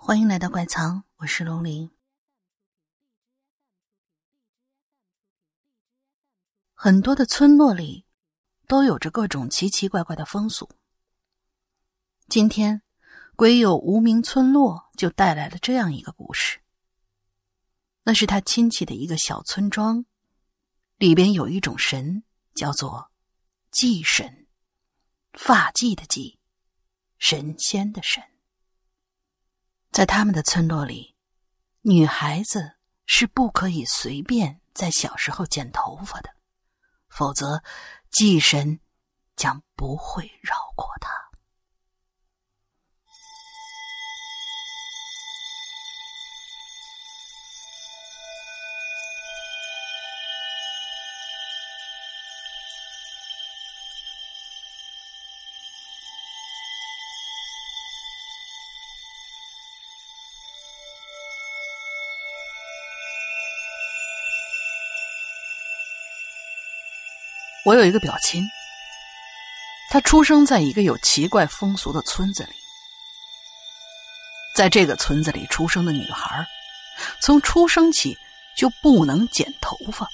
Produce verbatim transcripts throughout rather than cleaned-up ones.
欢迎来到怪藏，我是龙鳞。很多的村落里都有着各种奇奇怪怪的风俗。今天鬼友无名村落就带来了这样一个故事。那是他亲戚的一个小村庄，里边有一种神叫做祭神，发髻的髻，神仙的神。在他们的村落里，女孩子是不可以随便在小时候剪头发的，否则祭神将不会饶过她。我有一个表亲，他出生在一个有奇怪风俗的村子里。在这个村子里出生的女孩，从出生起就不能剪头发，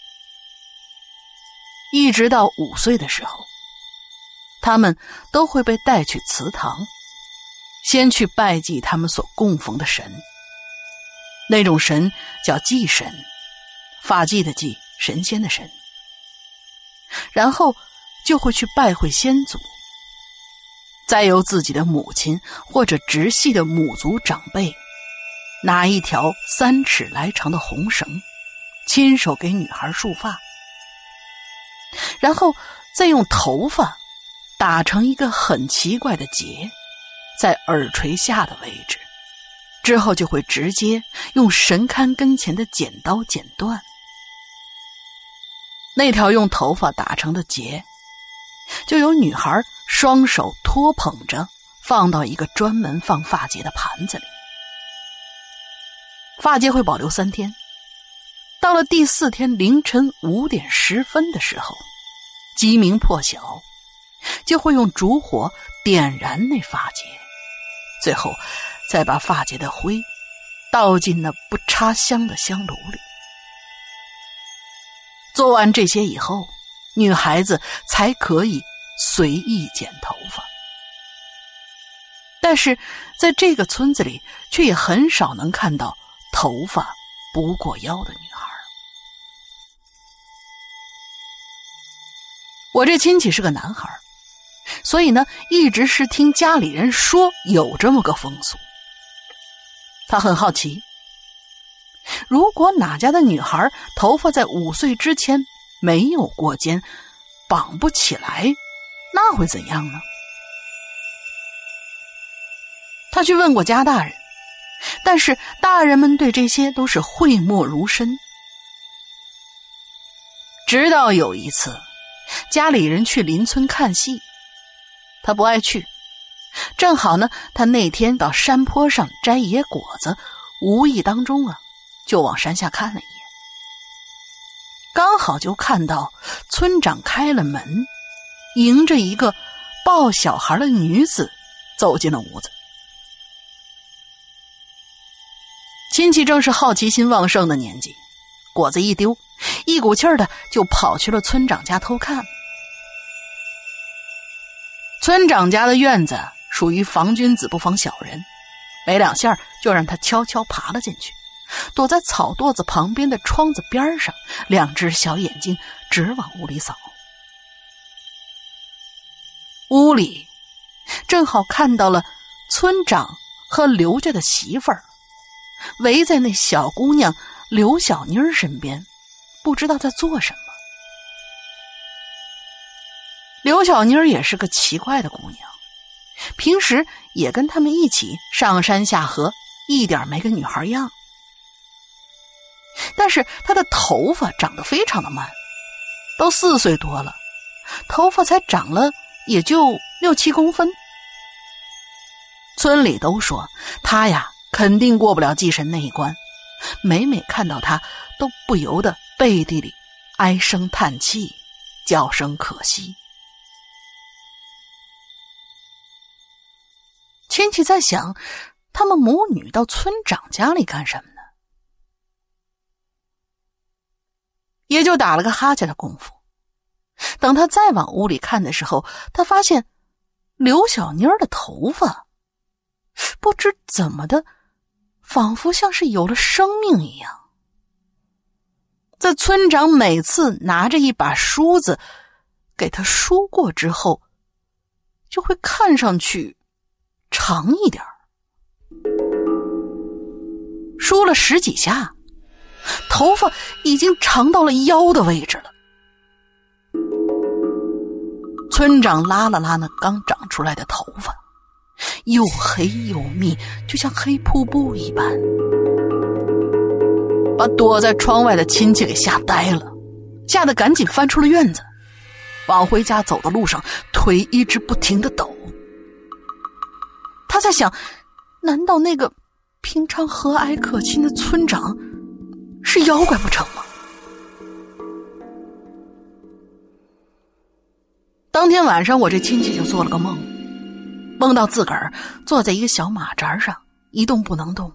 一直到五岁的时候，他们都会被带去祠堂，先去拜祭他们所供奉的神。那种神叫祭神，发髻的髻，神仙的神。然后就会去拜会先祖，再由自己的母亲或者直系的母族长辈拿一条三尺来长的红绳，亲手给女孩束发，然后再用头发打成一个很奇怪的结，在耳垂下的位置，之后就会直接用神龛跟前的剪刀剪断。那条用头发打成的结，就由女孩双手托捧着，放到一个专门放发结的盘子里。发结会保留三天，到了第四天凌晨五点十分的时候，鸡鸣破晓，就会用烛火点燃那发结，最后再把发结的灰倒进那不插香的香炉里。做完这些以后，女孩子才可以随意剪头发。但是在这个村子里，却也很少能看到头发不过腰的女孩。我这亲戚是个男孩，所以呢，一直是听家里人说有这么个风俗。他很好奇，如果哪家的女孩头发在五岁之前没有过肩，绑不起来，那会怎样呢？他去问过家大人，但是大人们对这些都是讳莫如深。直到有一次，家里人去邻村看戏，他不爱去，正好呢，他那天到山坡上摘野果子，无意当中啊就往山下看了一眼，刚好就看到村长开了门，迎着一个抱小孩的女子走进了屋子。亲戚正是好奇心旺盛的年纪，果子一丢，一股气儿的就跑去了村长家偷看。村长家的院子属于防君子不防小人，没两下就让他悄悄爬了进去，躲在草垛子旁边的窗子边上，两只小眼睛直往屋里扫。屋里正好看到了村长和刘家的媳妇儿围在那小姑娘刘小妮儿身边，不知道在做什么。刘小妮儿也是个奇怪的姑娘，平时也跟他们一起上山下河，一点没个女孩样。但是她的头发长得非常的慢，都四岁多了，头发才长了也就六七公分。村里都说她呀肯定过不了祭神那一关，每每看到她都不由得背地里唉声叹气，叫声可惜。亲戚在想， 他们母女到村长家里干什么呢？也就打了个哈欠的功夫，等他再往屋里看的时候，他发现刘小妮儿的头发不知怎么的，仿佛像是有了生命一样。在村长每次拿着一把梳子给他梳过之后，就会看上去长一点。梳了十几下，头发已经长到了腰的位置了。村长拉了拉那刚长出来的头发，又黑又密，就像黑瀑布一般，把躲在窗外的亲戚给吓呆了，吓得赶紧翻出了院子，往回家走的路上腿一直不停地抖。他在想，难道那个平常和蔼可亲的村长是妖怪不成吗？当天晚上，我这亲戚就做了个梦，梦到自个儿坐在一个小马扎上，一动不能动。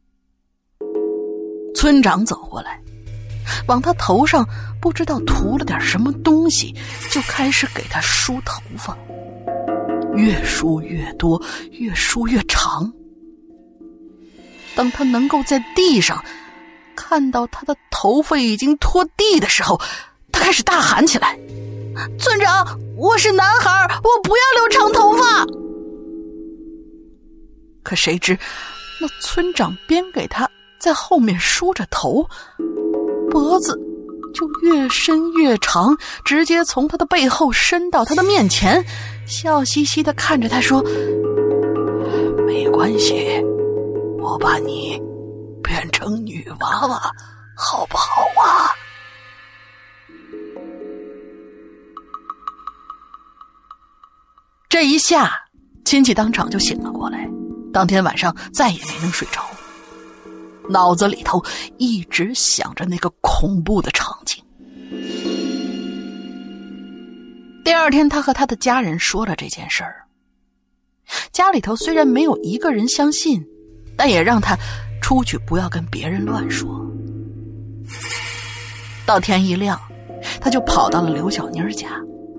村长走过来，往他头上不知道涂了点什么东西，就开始给他梳头发，越梳越多，越梳越长。当他能够在地上看到他的头发已经拖地的时候，他开始大喊起来：村长，我是男孩，我不要留长头发。可谁知那村长边给他在后面梳着头，脖子就越伸越长，直接从他的背后伸到他的面前，笑嘻嘻地看着他说：没关系，我把你变成女娃娃好不好啊？这一下亲戚当场就醒了过来，当天晚上再也没能睡着，脑子里头一直想着那个恐怖的场景。第二天他和他的家人说了这件事儿，家里头虽然没有一个人相信，但也让他出去不要跟别人乱说。到天一亮，他就跑到了刘小妮儿家。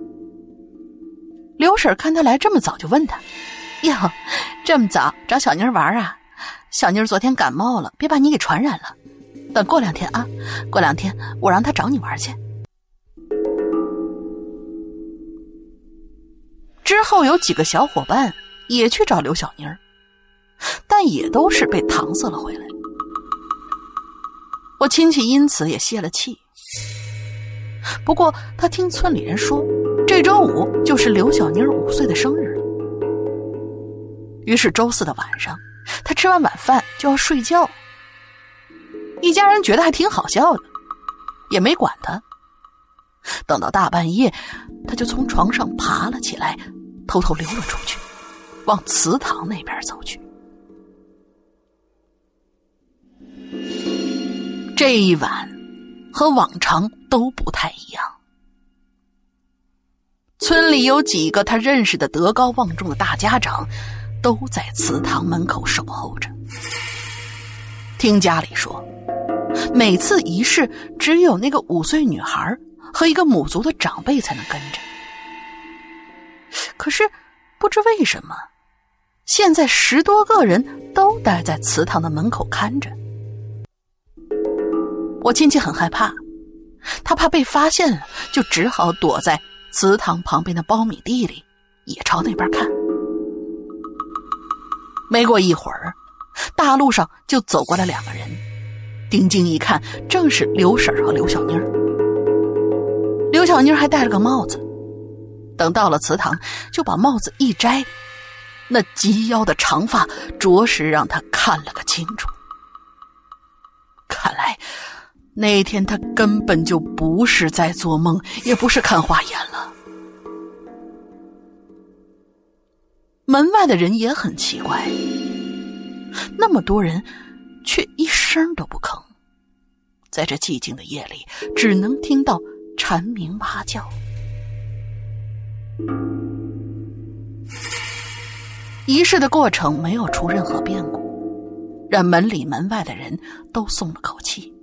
刘婶看他来这么早，就问他：哟，这么早找小妮儿玩啊？小妮儿昨天感冒了，别把你给传染了。等过两天啊，过两天我让她找你玩去。之后有几个小伙伴也去找刘小妮儿，但也都是被搪塞了回来。我亲戚因此也泄了气。不过他听村里人说，这周五就是刘小妮儿五岁的生日了。于是周四的晚上，他吃完晚饭就要睡觉。一家人觉得还挺好笑的，也没管他。等到大半夜，他就从床上爬了起来，偷偷溜了出去，往祠堂那边走去。这一晚和往常都不太一样。村里有几个他认识的德高望重的大家长都在祠堂门口守候着。听家里说，每次仪式只有那个五岁女孩和一个母族的长辈才能跟着。可是不知为什么，现在十多个人都待在祠堂的门口看着。我亲戚很害怕，他怕被发现了，就只好躲在祠堂旁边的苞米地里，也朝那边看。没过一会儿，大路上就走过来两个人，定睛一看，正是刘婶和刘小妮儿。刘小妮儿还戴了个帽子，等到了祠堂，就把帽子一摘，那及腰的长发着实让他看了个清楚。看来那天他根本就不是在做梦，也不是看花眼了。门外的人也很奇怪，那么多人却一声都不吭，在这寂静的夜里，只能听到蝉鸣蛙叫。仪式的过程没有出任何变故， 让门里门外的人都松了口气。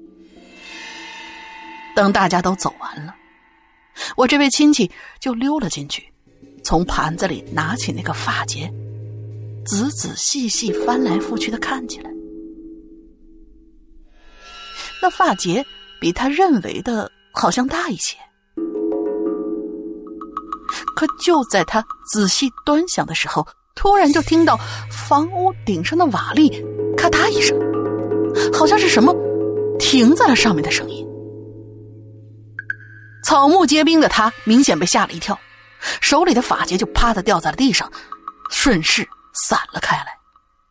等大家都走完了，我这位亲戚就溜了进去，从盘子里拿起那个发结，仔仔细细翻来覆去的看起来。那发结比他认为的好像大一些，可就在他仔细端详的时候，突然就听到房屋顶上的瓦砾咔嗒一声，好像是什么停在了上面的声音。草木皆兵的他明显被吓了一跳，手里的发结就啪地掉在了地上，顺势散了开来。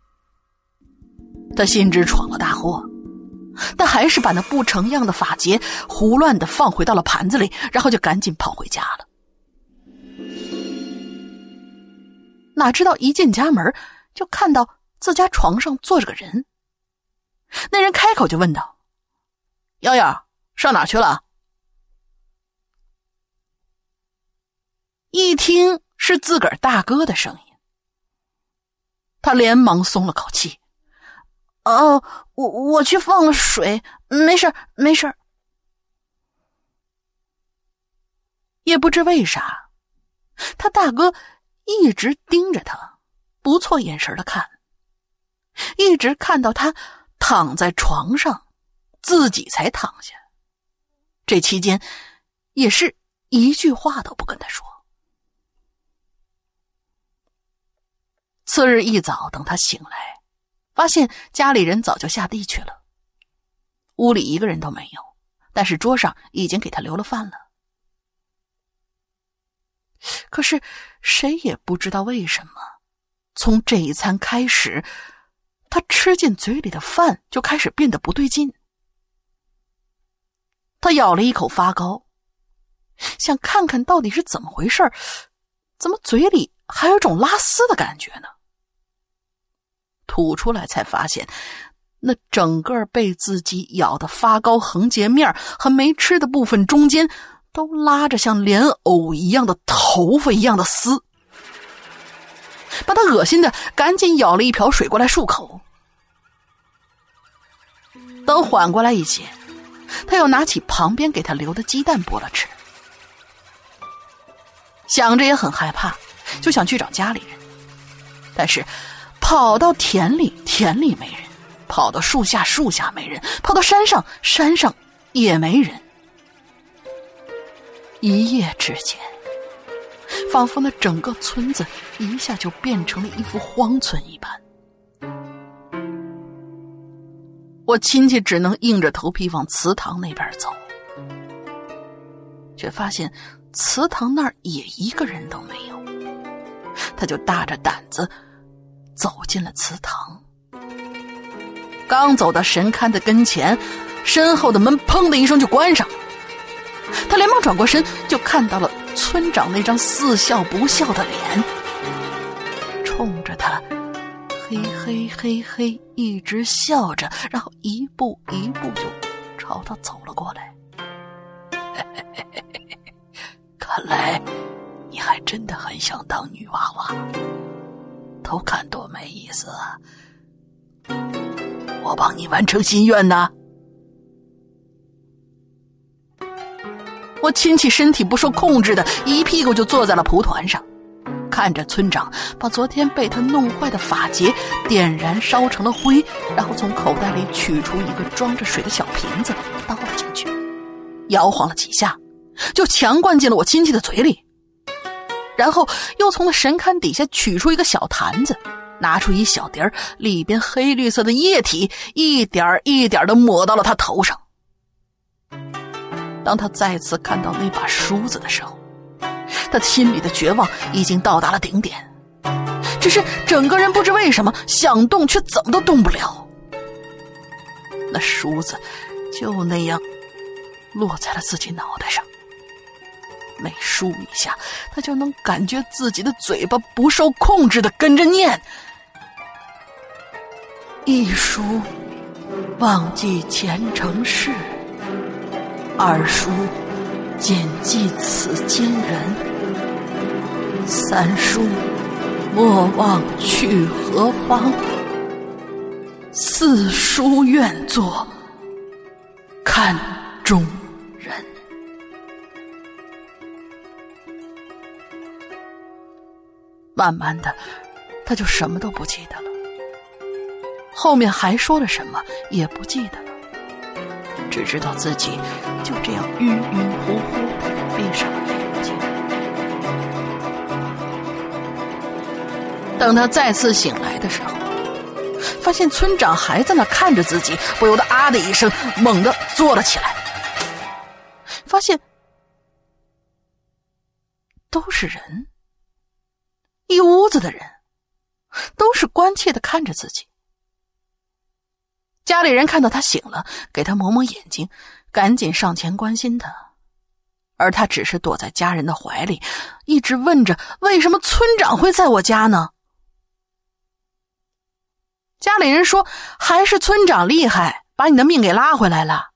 他心知闯了大祸，但还是把那不成样的发结胡乱地放回到了盘子里，然后就赶紧跑回家了。哪知道一进家门，就看到自家床上坐着个人。那人开口就问道：“瑶瑶，上哪去了？”一听是自个儿大哥的声音，他连忙松了口气：“哦，我我去放了水，没事没事。”也不知为啥，他大哥一直盯着他，不错眼神的看，一直看到他躺在床上，自己才躺下。这期间也是一句话都不跟他说。次日一早，等他醒来，发现家里人早就下地去了，屋里一个人都没有，但是桌上已经给他留了饭了。可是谁也不知道为什么，从这一餐开始，他吃进嘴里的饭就开始变得不对劲。他咬了一口发糕，想看看到底是怎么回事，怎么嘴里还有种拉丝的感觉呢？吐出来才发现，那整个被自己咬的发糕横截面和没吃的部分中间都拉着像莲藕一样的头发一样的丝，把他恶心的赶紧舀了一瓢水过来漱口。等缓过来一些，他又拿起旁边给他留的鸡蛋剥了吃。想着也很害怕，就想去找家里人，但是跑到田里，田里没人；跑到树下，树下没人；跑到山上，山上也没人。一夜之间，仿佛那整个村子一下就变成了一副荒村一般。我亲戚只能硬着头皮往祠堂那边走，却发现祠堂那儿也一个人都没有。他就大着胆子走进了祠堂。刚走到神龛的跟前，身后的门砰的一声就关上了。他连忙转过身，就看到了村长那张似笑不笑的脸，冲着他嘿嘿嘿嘿一直笑着，然后一步一步就朝他走了过来。看来你还真的很想当女娃娃，偷看多没意思啊！我帮你完成心愿呢。我亲戚身体不受控制的一屁股就坐在了蒲团上，看着村长把昨天被他弄坏的发结点燃烧成了灰，然后从口袋里取出一个装着水的小瓶子倒了进去，摇晃了几下就强灌进了我亲戚的嘴里，然后又从那神龛底下取出一个小坛子，拿出一小碟儿，里边黑绿色的液体一点一点地抹到了他头上。当他再次看到那把梳子的时候，他心里的绝望已经到达了顶点，只是整个人不知为什么想动却怎么都动不了。那梳子就那样落在了自己脑袋上，每梳一下，他就能感觉自己的嘴巴不受控制地跟着念：一梳忘记前程事，二梳谨记此今人，三梳莫忘去何方， 四书愿作看中人。慢慢的，他就什么都不记得了，后面还说了什么也不记得了，只知道自己就这样晕晕乎乎的闭上了眼睛。等他再次醒来的时候，发现村长还在那看着自己，不由得啊的一声猛地坐了起来，发现都是人，一屋子的人都是关切地看着自己。家里人看到他醒了，给他抹抹眼睛，赶紧上前关心他，而他只是躲在家人的怀里，一直问着为什么村长会在我家呢？家里人说还是村长厉害，把你的命给拉回来了。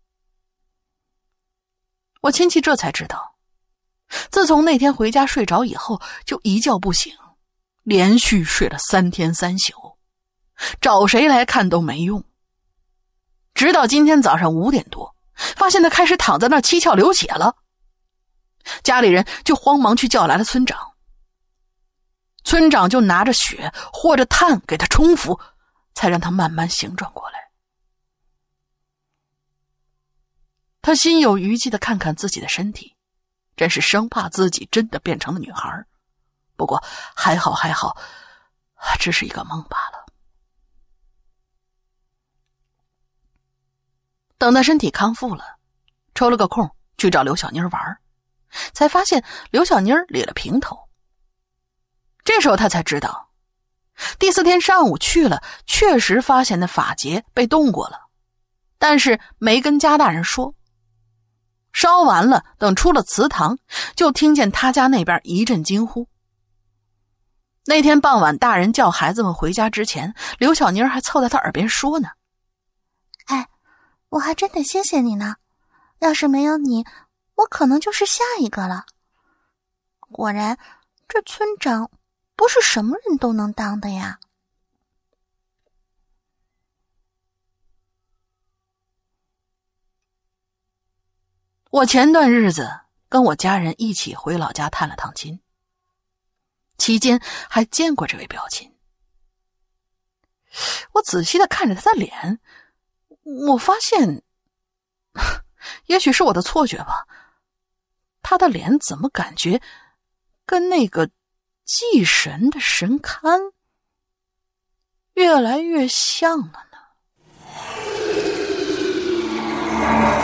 我亲戚这才知道，自从那天回家睡着以后，就一觉不醒，连续睡了三天三宿，找谁来看都没用。直到今天早上五点多，发现他开始躺在那儿七窍流血了，家里人就慌忙去叫来了村长。村长就拿着血或着炭给他冲服，才让他慢慢醒转过来。他心有余悸地看看自己的身体，真是生怕自己真的变成了女孩。不过还好还好，只是一个梦罢了。等他身体康复了，抽了个空去找刘小妮玩，才发现刘小妮理了平头。这时候他才知道，第四天上午去了，确实发现那发结被动过了，但是没跟家大人说。烧完了，等出了祠堂，就听见他家那边一阵惊呼。那天傍晚，大人叫孩子们回家之前，刘小妮还凑在他耳边说呢： 哎，我还真得谢谢你呢，要是没有你，我可能就是下一个了。果然，这村长不是什么人都能当的呀。 我前段日子跟我家人一起回老家探了趟亲，期间还见过这位表亲。我仔细地看着他的脸，我发现，也许是我的错觉吧，他的脸怎么感觉跟那个祭神的神龛越来越像了呢？